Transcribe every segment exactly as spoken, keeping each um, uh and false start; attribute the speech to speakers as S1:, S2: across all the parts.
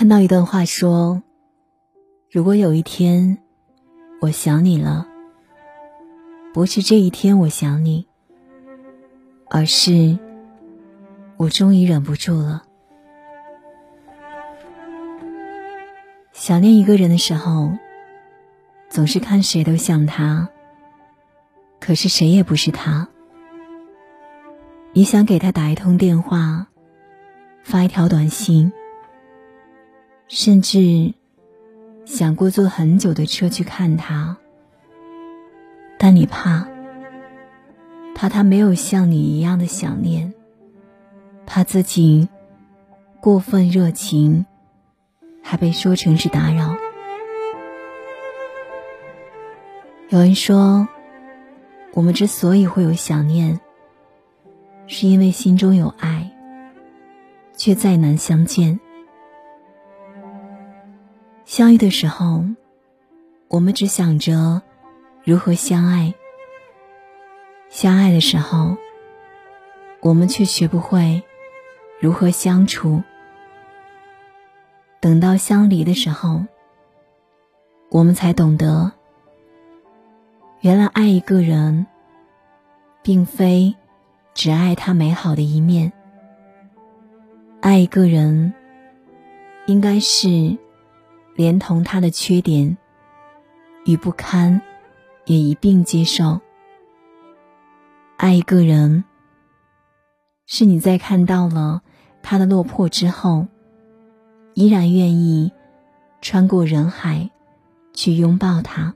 S1: 看到一段话说，如果有一天我想你了，不是这一天我想你，而是我终于忍不住了。想念一个人的时候，总是看谁都像他，可是谁也不是他。你想给他打一通电话，发一条短信，甚至想过坐很久的车去看他，但你怕怕他没有像你一样的想念，怕自己过分热情还被说成是打扰。有人说，我们之所以会有想念，是因为心中有爱，却再难相见。相遇的时候，我们只想着如何相爱，相爱的时候，我们却学不会如何相处。等到相离的时候，我们才懂得，原来爱一个人，并非只爱他美好的一面，爱一个人，应该是连同他的缺点与不堪也一并接受。爱一个人，是你在看到了他的落魄之后，依然愿意穿过人海去拥抱他。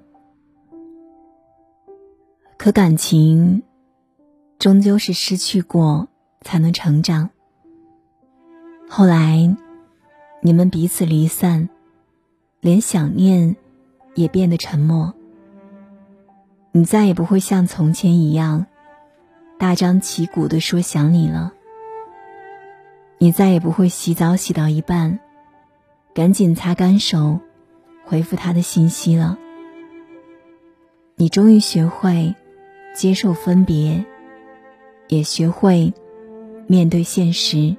S1: 可感情终究是失去过才能成长，后来你们彼此离散，连想念也变得沉默。你再也不会像从前一样大张旗鼓地说想你了，你再也不会洗澡洗到一半赶紧擦干手回复他的信息了。你终于学会接受分别，也学会面对现实。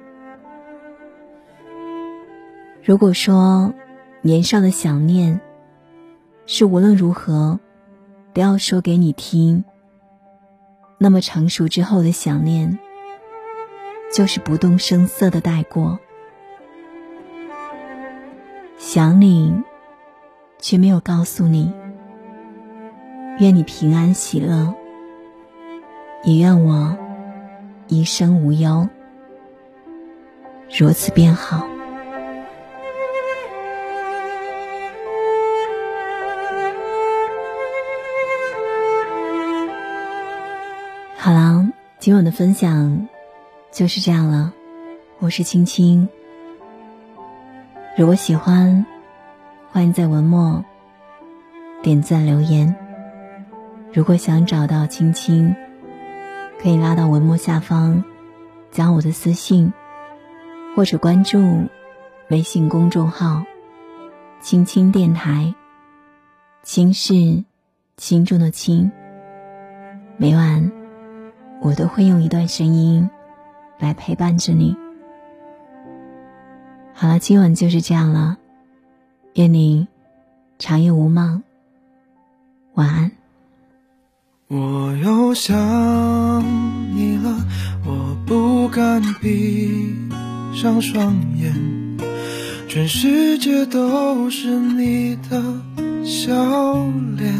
S1: 如果说年少的想念是无论如何都要说给你听，那么成熟之后的想念就是不动声色的带过。想你却没有告诉你，愿你平安喜乐，也愿我一生无忧，如此便好。好了，今晚的分享就是这样了，我是青青。如果喜欢，欢迎在文末点赞留言。如果想找到青青，可以拉到文末下方加我的私信，或者关注微信公众号青青电台，青是轻重的轻。每晚我都会用一段声音来陪伴着你。好了，今晚就是这样了，愿你长夜无梦，晚安。
S2: 我又想你了，我不敢闭上双眼，全世界都是你的笑脸。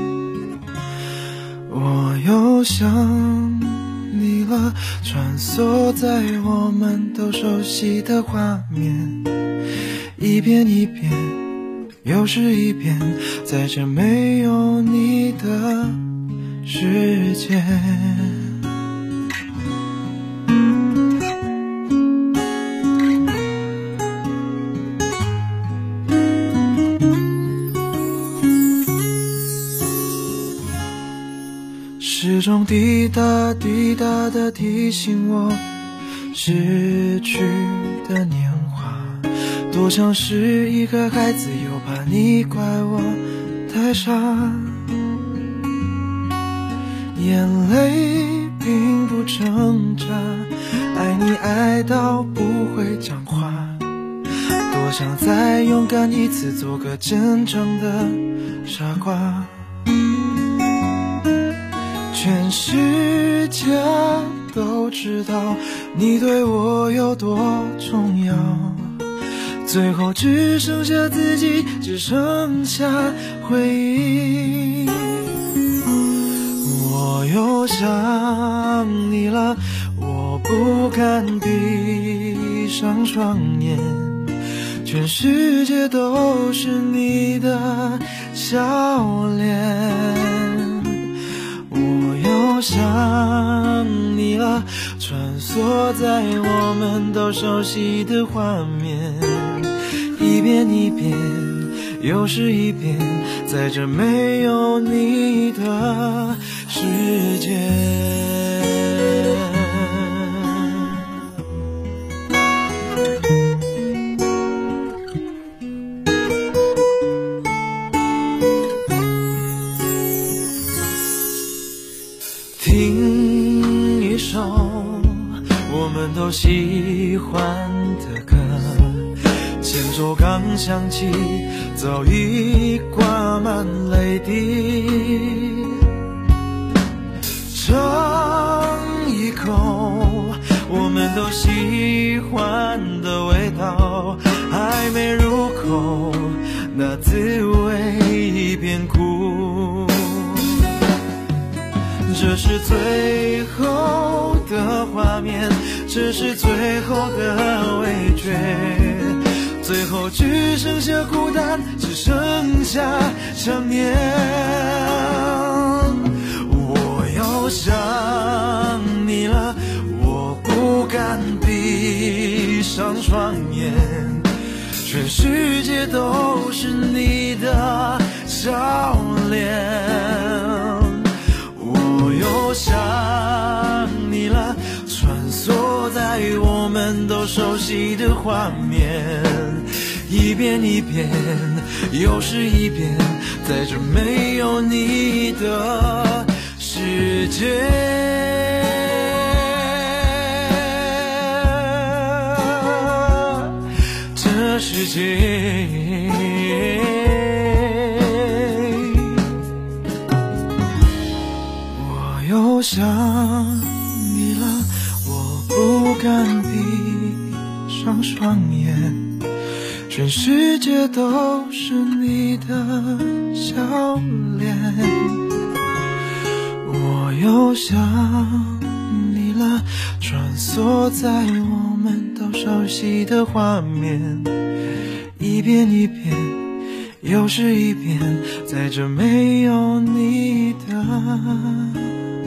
S2: 我又想你了，穿梭在我们都熟悉的画面，一遍一遍又是一遍，在这没有你的世界。时钟滴答滴答地提醒我逝去的年华，多像是一个孩子，又怕你怪我太傻。眼泪并不挣扎，爱你爱到不会讲话，多多想再勇敢一次，做个真正的傻瓜。全世界都知道你对我有多重要，最后只剩下自己，只剩下回忆。我又想你了，我不敢闭上双眼，全世界都是你的笑脸。我又想你了，穿梭在我们都熟悉的画面，一遍一遍又是一遍，在这没有你的世界。听一首我们都喜欢的歌，前奏刚响起，早已挂满泪滴。尝一口我们都喜欢的味道，还没入口，那滋味已变苦。这是最后的画面，这是最后的味觉，最后只剩下孤单，只剩下想念。我又想你了，我不敢闭上双眼，全世界都是你的笑脸。我又想你了，穿梭在我们都熟悉的画面，一遍一遍又是一遍，在这没有你的世界。这世界我想你了，我不敢闭上双眼，全世界都是你的笑脸。我又想你了，穿梭在我们都熟悉的画面，一遍一遍又是一遍，在这没有你的